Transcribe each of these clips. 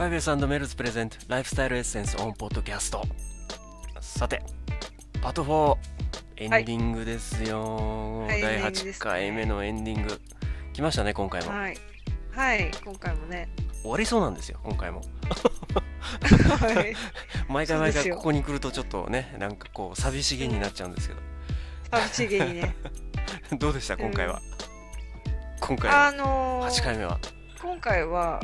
ファイブエス&メルズプレゼントライフスタイルエッセンスオンポッドキャスト。さて、パート4エンディングですよ、 はい、 第エンディングで 8 す回目ね。 のエンディング来ましたね。今回もはい。はい、今回もね。 終わりそうなんですよ。今回もはい。 毎回そうですよ。 毎回ここに来るとちょっとね、なんかこう寂しげになっちゃうんですけど、 寂しげにね。 どうでしたうん。 今回はあ 8回のー目は。 今回は、 うん、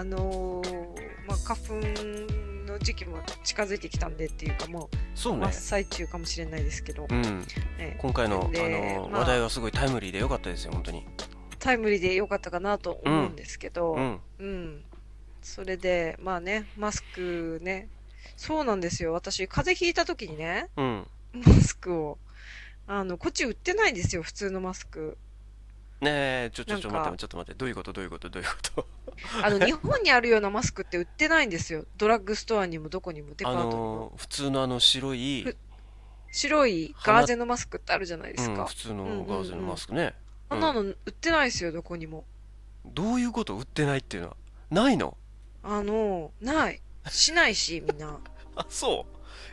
花粉の時期も近づいてきたんでっていうか、もう真っそうね。 最中かもしれないですけど、 うん、 ね。 今回の、 で、 話題はすごいタイムリーで良かったですよ、本当に。 タイムリーで良かったかなとうん、 思うんですけど、 うん、 うん。それで、まあね、マスクね。そうなんですよ。私、風邪ひいた時にね、 うん。 マスクを、こっち売ってないんですよ、普通のマスク。 ねえ、待って、 なんか、 ちょっと待って、どういうこと。 日本にあるようなマスクって売ってないんですよ。ドラッグストアにもどこにも、デパートにも。 普通の白い、 ふ、白いガー花、 ゼのマスクってあるじゃないでうん、 すか。 普通うんうんのガーゼのうん。 マスクね。うん。 あんなの売ってないですよ、どこにも。 どういうこと？売ってないっていうのは。ないの？ ない。しないし、みんな。 あ、そう。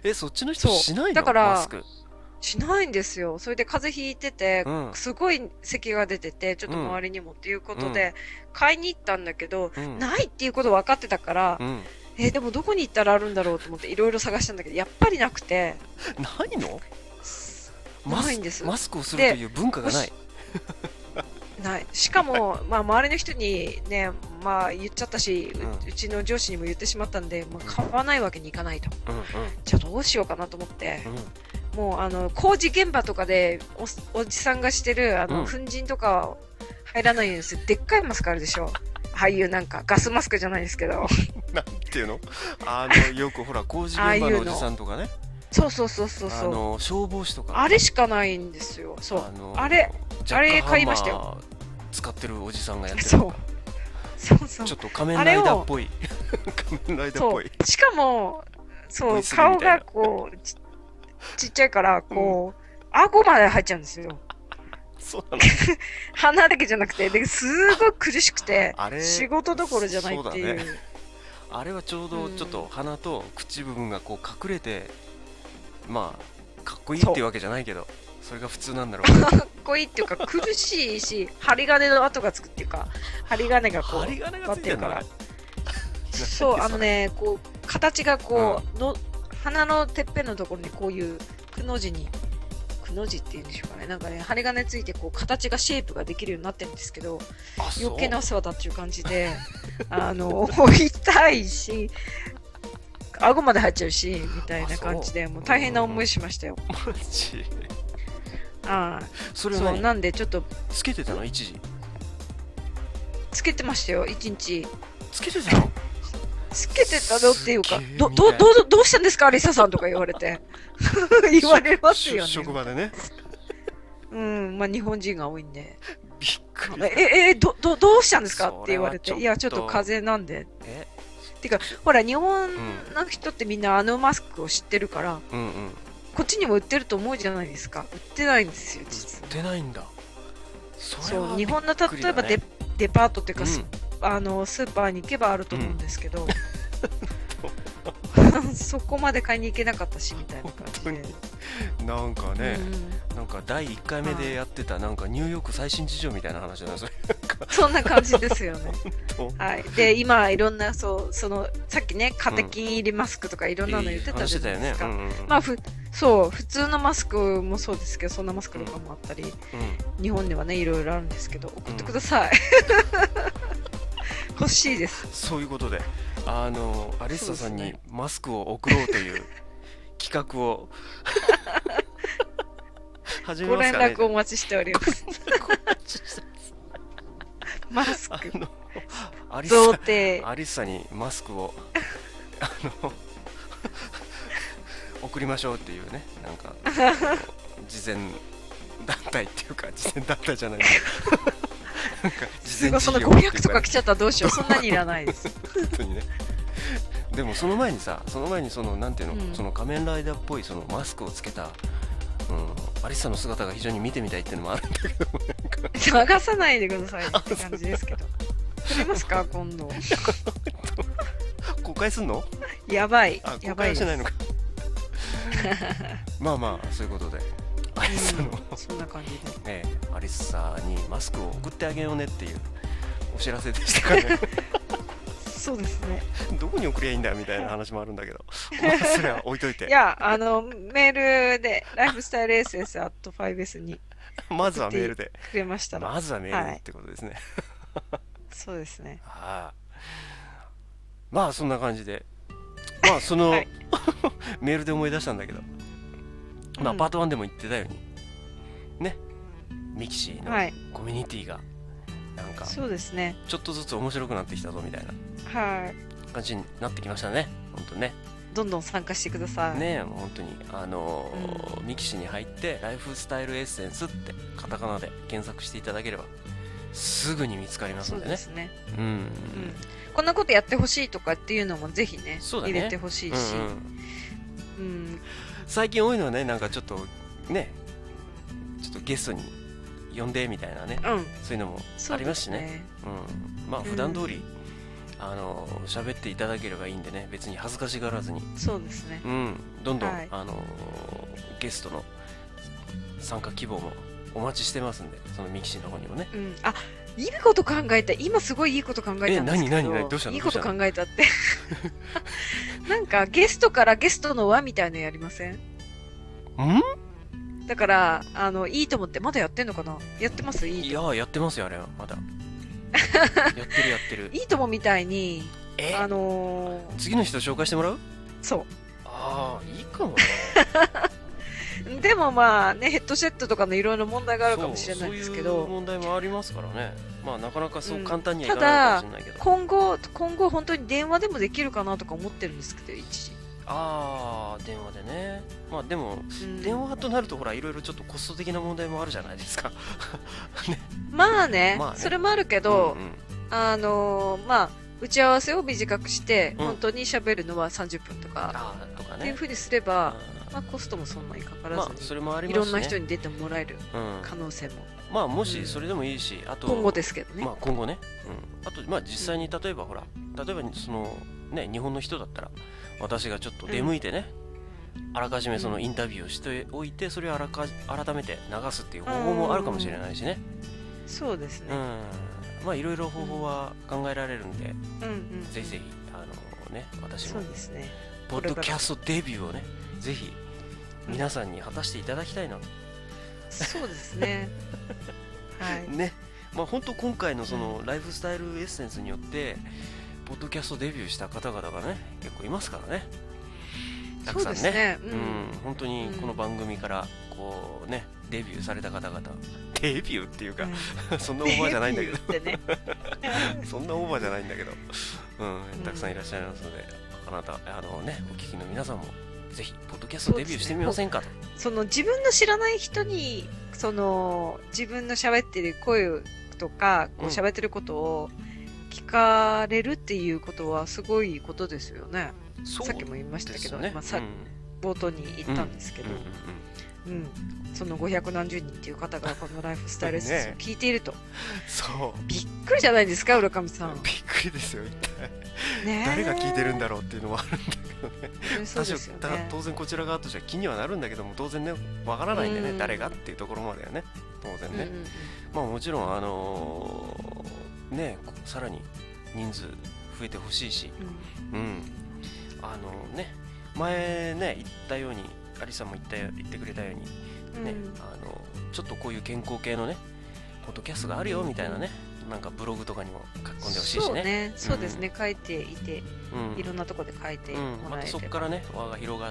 そっちの人そう。 しないだから、 のマスク？ しないんですよ。それで風邪ひいてて、 うん、 すごい咳が出てて、ちょっとうん、 周りにもっていうこうん、 とで、買いに行ったんだけど、 うん、 ないっていうこと分かってたから、 うん。 でもどこに行ったらあるんだろうと思っていろいろ探したんだけど、やっぱりなくて、 ないの？ ないんです。 マスクをするとで、 いう文化がない。 ない。しかも、まあ、周りの人にね、まあ、言っちゃったし、 うん、うん、 うちの上司にも言ってしまったんで、まあ、買わないわけにいかないと。 うん、 じゃあどうしようかなと思って、 うん、 もう、工事現場とかでおじさんがしてる、 うん。 粉塵とか入らないようにする、でっかいマスクあるでしょ。ああいうなんか、ガスマスクじゃないですけど、 なんていうの？よくほら、工事ああ現場のおじさいうの。 んとかね、 そうそうそうそうそう。 消防士とか、 あれしかないんですよ。そう。 あのあれ、 ジャッあれクハンマ買いましたよ。 ー使ってるおじさんがやってるとそう。 か、 そうそう。 ちょっと仮面ライダーっあれを、 ぽい仮面ライダーっぽいそう。しかも、そう、 V3 み顔がたいな。 こう、ちっちゃいから、 うん、 こう、顎まで入っちゃうんですよ。 そうなの。 鼻だけじゃなくて、で、すごい苦しくて、 あれ、 仕事どころじゃないっそうだね。 ていう。 あれはちょううどちょっとん。 鼻と口部分がこう隠れて、まあかっこいいっそう。 ていうわけじゃないけど、それが普通なんだろうけど。 かっこいいっていうか、苦しいし、針金の跡がつくっていうか、針金がこう、 針金がかかついてんの？あれってるから。そう、 何それ？ こう、形がうん、 こう、鼻のてっぺんのところにこういう、くの字に、くの字って言うんでしょうかね。なんかね、針金ついて、こう、形がシェイプができるようになってるんですけど、 あ、 余計なおそ世話だっていう感じで、痛いし、顎まで入っちゃうし、みたう？ いな感じで、もううー大変な思いん、 しましたよ。 マジ？ ああ、そう、 それは何？ なんでちょっと、 つけてたの一時？ つけてましたよ、一日。 つけてたの？ つけてたのっていうか、 すげえみたい。 どうしたんですか、アリサさんとか言われて。言われますよね。 職場でね。 うん、まあ日本人が多いんで。 びっくりだ。 どうしたんですかってそれ言われて。 はちょっいや、ちょっとと、 風邪なんで。 え、 てか、ほら、日本うん、 の人ってみんなあのマスクを知ってるから、 うん、うん。 こっちにも売ってると思うじゃないですか。売ってないんですよ、 売っ実は。 てないんだ。それそう、 はびっ日本のくりだね。 例えばデパートっていうか、 うん。 スーパーに行けばあると思うんうん。 ですけど、そこまで買いに行けなかったし、みたいな本感じ当に。 で。 なんかうね、 ん。 なんか第1回目ではい。 やってたなんかニューヨーク最新事情みたいな話だな、それ。なんか、 そんな感じですよね。 と、 はい。で、今、いろんな、そう、さっきね、カうん。 テキン入りマスクとかいろんなの言ってたじゃ話してたよね。うん、 ないですか。 うん、 まあ、そう、普通のマスクもそうですけど、そんなマスクうん。 とかもあったり、 うん。うん。 日本ではね、いろいろあるんですけど、送ってくうん。 ださい。欲しいです。 そういうことで、アリッそうサさんにですね。 マスクを送ろうという企画を始めご連ますかね、じゃ絡お待ちしております。マスあ。 ク、 アリッ贈サ、 呈。 アリッサにマスクを、あの、送りましょうっていうね、なんか、慈善団体っていうか、慈善団体じゃないな、なんか、慈すごい、その善事業ってい 500 うかね、 とか来ちゃったらどうしよう。そんなにいらないです。 本当にね。でもその前にさ、その前になんていうの、そうん。 の仮面ライダーっぽいそのマスクをつけた、うん、アリッサの姿が非常に見てみたいっていうのもあるんだけども、なんか、 探さないでくださいって感じですけど。撮りますか、今度。 公開すんの？ やばい。 あ、公やばいです。 開はしないのか。まあまあ、そういうことで、アリッサの、 そんな感じで。 ね、アリッサにマスクを送ってあげようねっていうお知らせでしたかね。 そうですね。 どこに送りゃいいんだよみたいな話もあるんだけど、まあ、それは置いといて。 いや、メールで、ライフスタイル SS@5S にまずはメールで。 くれましたら。 まずはメールでってことですね。 そうですね。 はい。まあ、そんな感じで。まあ、その、 はい、 メールで思い出したんだけど、まあ、パート1でも言ってたように、ね、ミキシーのはい、 コミュニティが、なんか、 そうですね。 ちょっとずつ面白くなってきたぞみたいなはい。 感じになってきましたね。本当ね。 どんどん参加してください。 ねえ、もう本当に、ミキシーに入って、ライフスタイルエッセンスってカタカナで検索していただければ、すぐに見つかりますそんでね。 うですね。 うん。 こんなことやってほしいとかっていうのもぜひね、 そうだね、 入れてほしいし、 最近多いのはね、なんかちょっとね、ちょっとゲストに呼んでみたいなね、そういうのもありますしね。まあ普段通り、喋っていただければいいんでね、別に恥ずかしがらずに、 そうですね。 どんどん、ゲストの参加希望もお待ちしてますんで、そのミキシーの方にもね。 あ、いいこと考えた。今すごいいいこと考えたんですけど。 何どうしたの？ いいこと考えたって。なんかゲストからゲストの輪みたいなのやりません？だから、いいと思って、まだやってんのかな？やってます？いいとも。 いや、やってますよ、あれは、まだ。やってる。 いいともみたいに、 次の人紹介してもらう？ そう。 ああ、いいかもね。 でもまあね、ヘッドセットとかのいろいろ問題があるかもしれないですけど。 そういう問題もありますからね。まあなかなかそう簡単にはいかないかもしれないけど。 今後本当に電話でもできるかなとか思ってるんですけど、一時。 ああ、電話でね。まあでも、電話となるとほら、いろいろちょっとコスト的な問題もあるじゃないですか。 ね、まあね、それもあるけど、まあ、打ち合わせを短くして、本当に喋るのは30分とか、っていうふうにすれば、まあコストもそんなにかからずに、 それもありますしね、 いろんな人に出てもらえる可能性も。 まあもしそれでもいいし、あと、 今後ですけどね。 まあ今後ね。あと、まあ実際に例えばほら、例えばその、ね、日本の人だったら、私がちょっと出向いてね、あらかじめそのインタビューをしておいて、それを改めて流すっていう方法もあるかもしれないしね。 そうですね。 まあいろいろ方法は考えられるんで、ぜひぜひ、私も、ポッドキャストデビューをね、ぜひ、皆さんに果たしていただきたいなと。 そうですね。はい。 ね。まあ本当今回のそのライフスタイルエッセンスによって、ポッドキャストデビューした方々がね、結構いますからね。たくさんね。本当にこの番組からこうね、デビューされた方々、デビューっていうか、そんなオーバーじゃないんだけど、そんなオーバーじゃないんだけど、たくさんいらっしゃいますので、あなた、お聞きの皆さんも、ぜひ、ポッドキャストデビューしてみませんかと。 その自分の知らない人に、その自分の喋ってる声とか、こう喋ってることを聞かれるっていうことはすごいことですよね。さっきも言いましたけど、冒頭に言ったんですけど、その500何十人っていう方がこのライフスタイルエッセンスを聞いていると、びっくりじゃないですか、浦上さん。 びっくりですよ、一体。誰が聞いてるんだろうっていうのもあるんだけどね。当然こちら側としては気にはなるんだけども、当然ね、わからないんでね、誰がっていうところまではね、当然ね。まあもちろん、さらに人数増えてほしいし、前ね、言ったように、アリさんも言ってくれたように、ちょっとこういう健康系のね、ポッドキャストがあるよみたいなね、なんかブログとかにも書き込んでほしいしね。 そうですね、書いていて、いろんなところで書いてもらえて、 またそこからね、輪が広がって、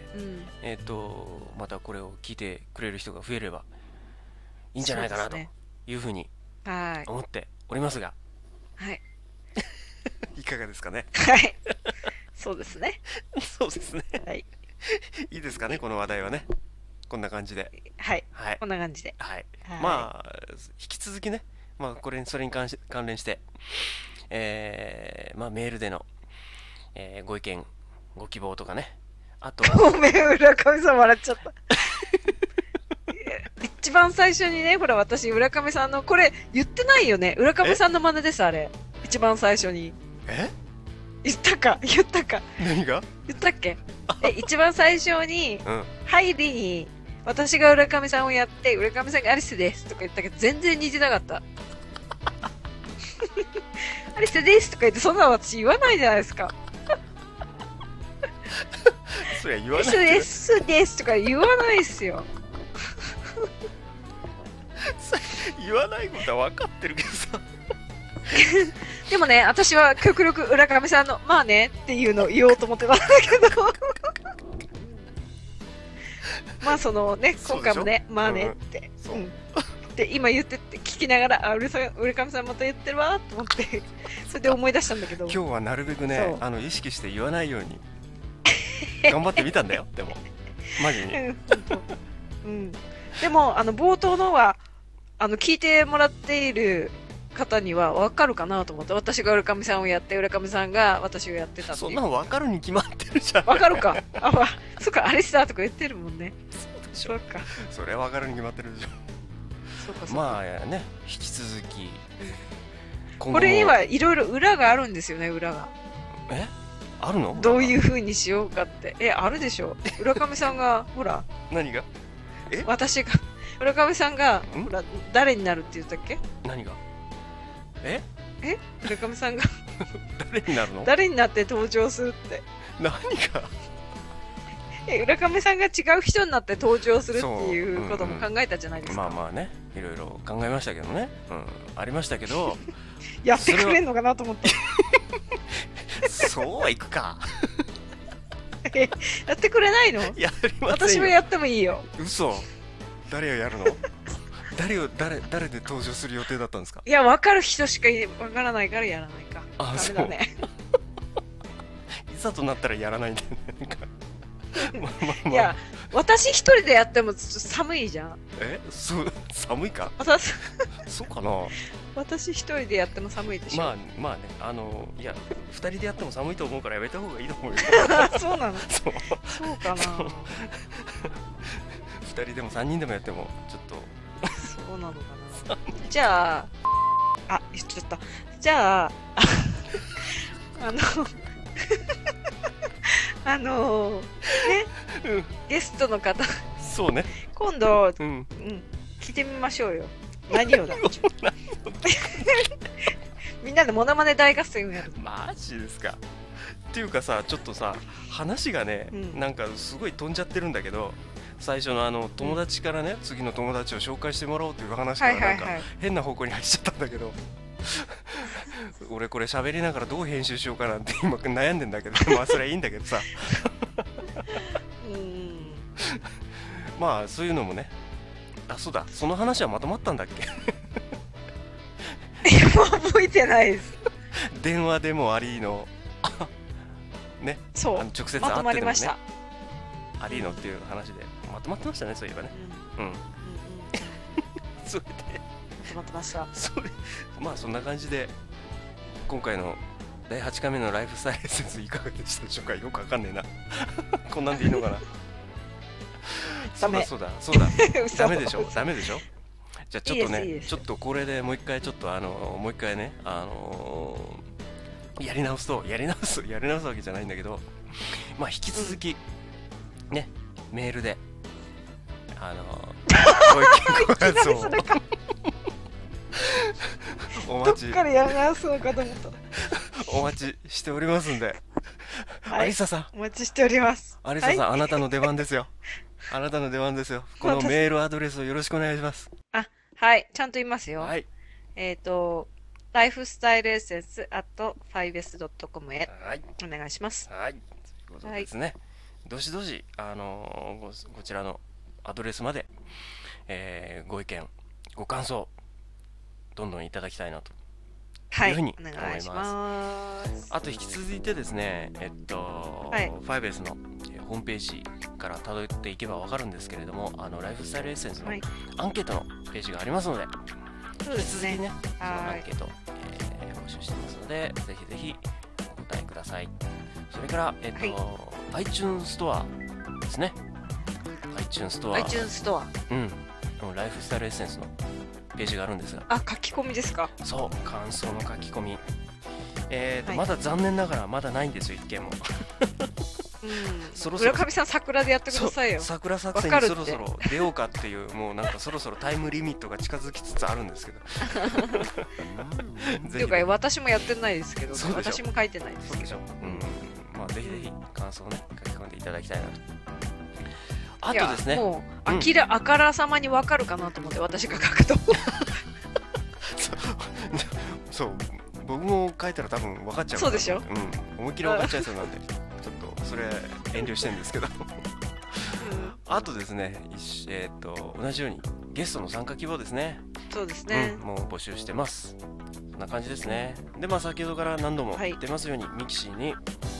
またこれを聞いてくれる人が増えればいいんじゃないかなというふうに思っておりますが、 はい。 いかがですかね。 はい。そうですね。 そうですね。 はい。 いいですかね、この話題はね。こんな感じで。 はい。こんな感じで。 はい。まあ、引き続きね、まあ、それに関連して、まあ、メールでの、ご意見、ご希望とかね。あと。 ごめん、浦上さん笑っちゃった。一番最初にね、ほら、私、浦上さんの、これ、言ってないよね。浦上さんの真似です、あれ。一番最初に。 言ったか言ったか何が？ 言ったっけ？一番最初に、 うん。 入りに、私が浦上さんをやって、浦上さんがアリスですとか言ったけど、全然似てなかった。アリスですとか言って、そんなの私言わないじゃないですか。 そりゃ言わない。 アリスですですとか言わないっすよ。 言わないことは分かってるけどさ。 でもね、私は極力浦上さんの、まあねっていうのを言おうと思ってたんだけど。まあそのね、今回もね、まあねって。 そう。 で、今言ってって聞きながら、あ、浦上さんまた言ってるわと思って、それで思い出したんだけど。 今日はなるべくね、意識して言わないように頑張ってみたんだよ、でも。マジに。 でも、冒頭のは、聞いてもらっている方には分かるかなと思って、私が浦上さんをやって、浦上さんが私をやってたっていう。 そんなの分かるに決まってるじゃん。 分かるか。そっか、あれしたとか言ってるもんね。そうか。 それは分かるに決まってるでしょ。 そうか。 まあね、引き続き。 これにはいろいろ裏があるんですよね、裏が。 あるの？ どういう風にしようかって。あるでしょ。浦上さんが、ほら。 何が？ 私が、浦上さんが、ほら、誰になるって言ったっけ？ 何が？ 浦上さんが誰になるの？ 誰になって登場するって。 何が？ 浦上さんが違う人になって登場するっていうことも考えたじゃないですか。 まあまあね、いろいろ考えましたけどね。ありましたけど。 やってくれんのかなと思って。 そうはいくか。 やってくれないの？ やりませんよ。 私もやってもいいよ。 嘘。誰をやるの？誰で登場する予定だったんですか？ いや、分かる人しか分からないからやらないか。 あ、 ダメだね。 いざとなったらやらないんだよね。 いや、私一人でやってもちょっと寒いじゃん。 寒いか？そうかな。 私一人でやっても寒いでしょ。 まあね、いや、二人でやっても寒いと思うからやめた方がいいと思うよ。 そうなの？そうかな。 二人でも三人でもやってもちょっと。 そうなのかな。じゃあ、言っちゃった。じゃあ、ゲストの方。 そうね。 今度、聞いてみましょうよ。何をだ。みんなでモノマネ大合戦をやる。 マジですか？っていうかさ、ちょっとさ、話がね、なんかすごい飛んじゃってるんだけど、最初の友達からね、次の友達を紹介してもらおうという話からなんか変な方向に入っちゃったんだけど、俺これ喋りながらどう編集しようかなんて今悩んでんだけど、まあそれはいいんだけどさ。まあそういうのもね。そうだ、その話はまとまったんだっけ？ 覚えてないです。 電話でもありのね、 そう、 直接会ってでもね、 まとまりました。 ありのっていう話でまとまってましたね、そういえばね。それでまとまってました。 まあそんな感じで今回の第8回目のライフスタイルエッセンスいかがでしたでしょうか？よくわかんねえな。こんなんでいいのかな。そうだダメでしょ。じゃあちょっとね、ちょっとこれでもう一回ちょっともう一回ね、やり直すわけじゃないんだけど、まあ引き続きね、メールでご意見ご感想をどっからやり直すのかと思った。 お待ちしておりますんで、アリサさんお待ちしております。 アリサさん、あなたの出番ですよ。あなたの出番ですよ。このメールアドレスをよろしくお願いします。 はい、ちゃんと言いますよ。 はい。 ライフスタイルエッセンス @5s.com へお願いします。 はい。ということですね。どしどし、こちらのアドレスまで、ご意見、ご感想、どんどんいただきたいなというふうに思います。あと引き続いてですね、5S のホームページから辿っていけばわかるんですけれども、ライフスタイルエッセンスのアンケートのページがありますので、 そうですね。 引き続きね、そのアンケート、募集してますので、ぜひぜひお答えください。それから、iTunes ストアですね。iTunes ストア。ライフスタイルエッセンスのページがあるんですが。 書き込みですか？ そう、感想の書き込み。 まだ残念ながらまだないんですよ、一件も。 そろそろ村上さん桜でやってくださいよ。 桜作戦にそろそろ出ようかっていう、もうなんかそろそろタイムリミットが近づきつつあるんですけど。 っていうか私もやってないですけど、私も書いてないですけど。 まあぜひぜひ感想をね書き込んでいただきたいなと。あとですね、 もうあからさまにわかるかなと思って私が書くと。 そう、僕も書いたら多分分かっちゃう。 そうでしょ。 思いっきり分かっちゃいそうなんで、ちょっとそれ遠慮してるんですけど。あとですね、同じようにゲストの参加希望ですね。 そうですね。 もう募集してます。そんな感じですね。で、まあ先ほどから何度も言ってますように、ミキシーに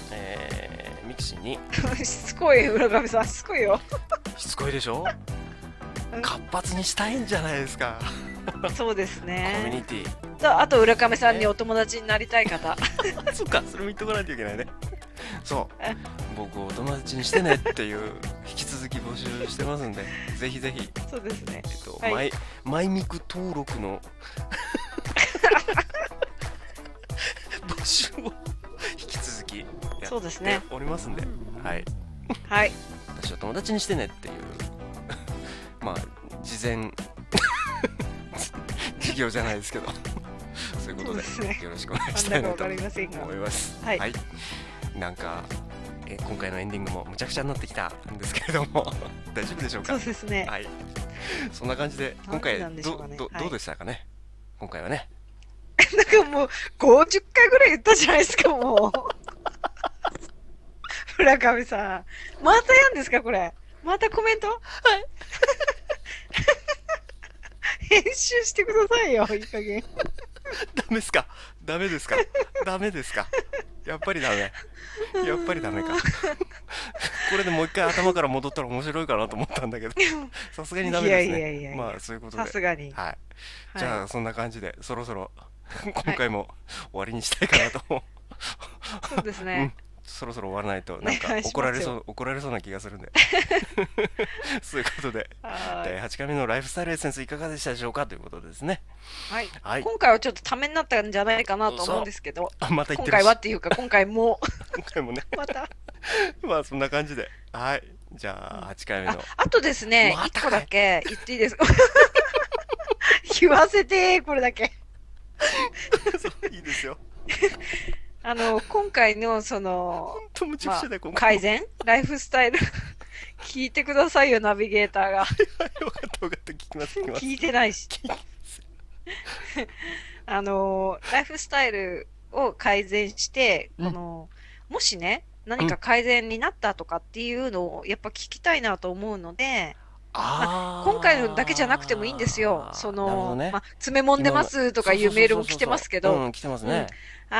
しつこい、村上さん、しつこいよ。 しつこいでしょ。活発にしたいんじゃないですか。 そうですね。 コミュニティ。 あと浦上さんにお友達になりたい方。 そっか、それも言っとかないといけないね。そう、僕をお友達にしてねっていう引き続き募集してますんで、ぜひぜひ。 そうですね。 マイミク登録の募集を引き続きやっておりますんで、はい。 はい。 私を友達にしてねっていうまあ事前事業じゃないですけど、そういうことでよろしくお願いしたいなと思います。はい。なんか今回のエンディングもむちゃくちゃになってきたんですけれども大丈夫でしょうか。 そうですね。 はい。そんな感じで今回どうでしたかね。今回はね。 なんかもう50回ぐらい言ったじゃないですか、もう。村上さん、またやんですかこれ。またコメント？はい。編集してくださいよ、いい加減。 ダメですか？ダメですか？ダメですか？やっぱりダメ。やっぱりダメか。これでもう一回頭から戻ったら面白いかなと思ったんだけど、さすがにダメですね。いやまあそういうことで。 さすがに。 はい。じゃあそんな感じでそろそろ今回も終わりにしたいかなと。 そうですね。 そろそろ終わらないとなんか怒られそうな気がするんで。そういうことで第8回目のライフスタイルエッセンスいかがでしたでしょうかということですね。 はい。今回はちょっとためになったんじゃないかなと思うんですけど、今回はっていうか今回もね。 またまあそんな感じで、はい。じゃあ8回目のあとですね、1個だけ言っていいですか？言わせてこれだけ。 いいですよ。 今回のその改善ライフスタイル聞いてくださいよ、ナビゲーターが。 よかった聞きます。 聞いてないし。ライフスタイルを改善して、もしね何か改善になったとかっていうのをやっぱ聞きたいなと思うので。今回のだけじゃなくてもいいんですよ。詰め込んでますとかいうメールも来てますけど、 来てますね。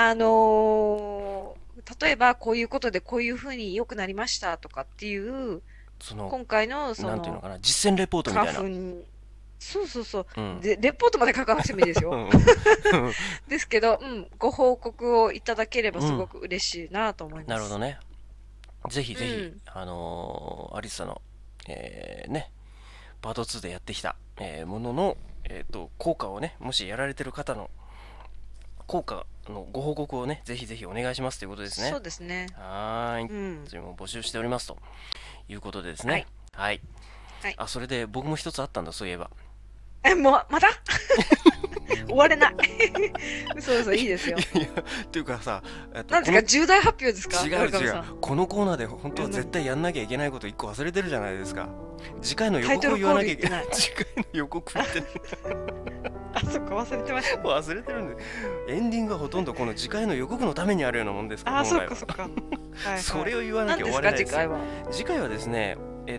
例えばこういうことでこういうふうに良くなりましたとかっていう、今回のなんていうのかな、実践レポートみたいな。 そう。で、レポートまで書かなくてもいいですよ。ですけど、ご報告をいただければすごく嬉しいなと思います。 なるほどね。ぜひぜひ、アリサの、ね、パート2でやってきた、ものの、効果をね、もしやられてる方の効果のご報告をね、ぜひぜひお願いしますということですね。 そうですね。 はい。それも募集しておりますということでですね。はい。あ、それで僕も一つあったんだ、そういえば。 もう、また終われない。嘘、いいですよ。 っていうかさ、 なんですか、重大発表ですか？ 違う。このコーナーで本当は絶対やんなきゃいけないこと一個忘れてるじゃないですか。次回の予告を言わなきゃいけない。次回の予告言ってない。 あ、そっか、忘れてました。 忘れてるんで。エンディングはほとんどこの次回の予告のためにあるようなもんですから。 あ、そっか。 それを言わなきゃ終われないです。 次回はですね、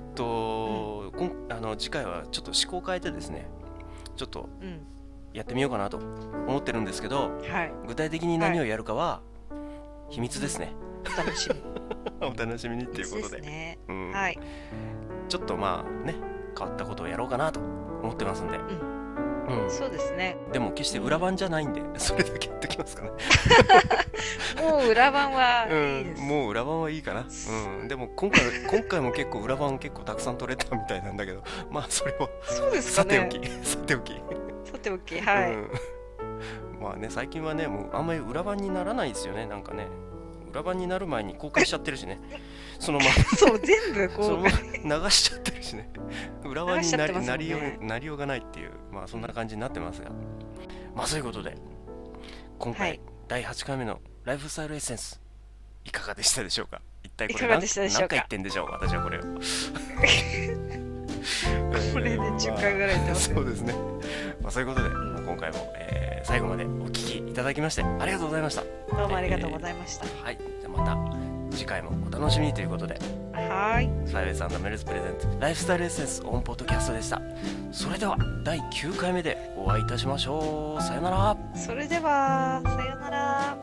次回はちょっと思考を変えてですね、ちょっとやってみようかなと思ってるんですけど、具体的に何をやるかは秘密ですね。 お楽しみ。 お楽しみにっていうことで、 はい。 ちょっとまあね、変わったことをやろうかなと思ってますんで。 そうですね。 でも決して裏番じゃないんで、それだけ言ってきますかね。 もう裏番はいいです。 もう裏番はいいかな。でも今回も結構裏番結構たくさん取れたみたいなんだけど、まあそれはさておき。 はい。 まあね、最近はね、もうあんまり裏番にならないですよね、なんかね。裏番になる前に公開しちゃってるしね。そのままそう、全部そのこまま流しちゃってるしね。裏番になり、 流しちゃってますもんねなりようがないっていう、まあそんな感じになってますが。まあそういうことで、今回、 はい。 第8回目のライフスタイルエッセンス、いかがでしたでしょうか。一体これいかがでしたでしょうか。 何回言ってんでしょう、私はこれを。 これね、10回ぐらい言ってますよ。 そうですね。まあそういうことで、まあ今回も、最後までお聞きいただきましてありがとうございました。 どうもありがとうございました。 はい、じゃあまた次回もお楽しみにということで、 はーい。 サイレンス&メルズプレゼンツライフスタイルエッセンスオンポッドキャストでした。それでは第9回目でお会いいたしましょう。さよなら。 それでは、さようなら。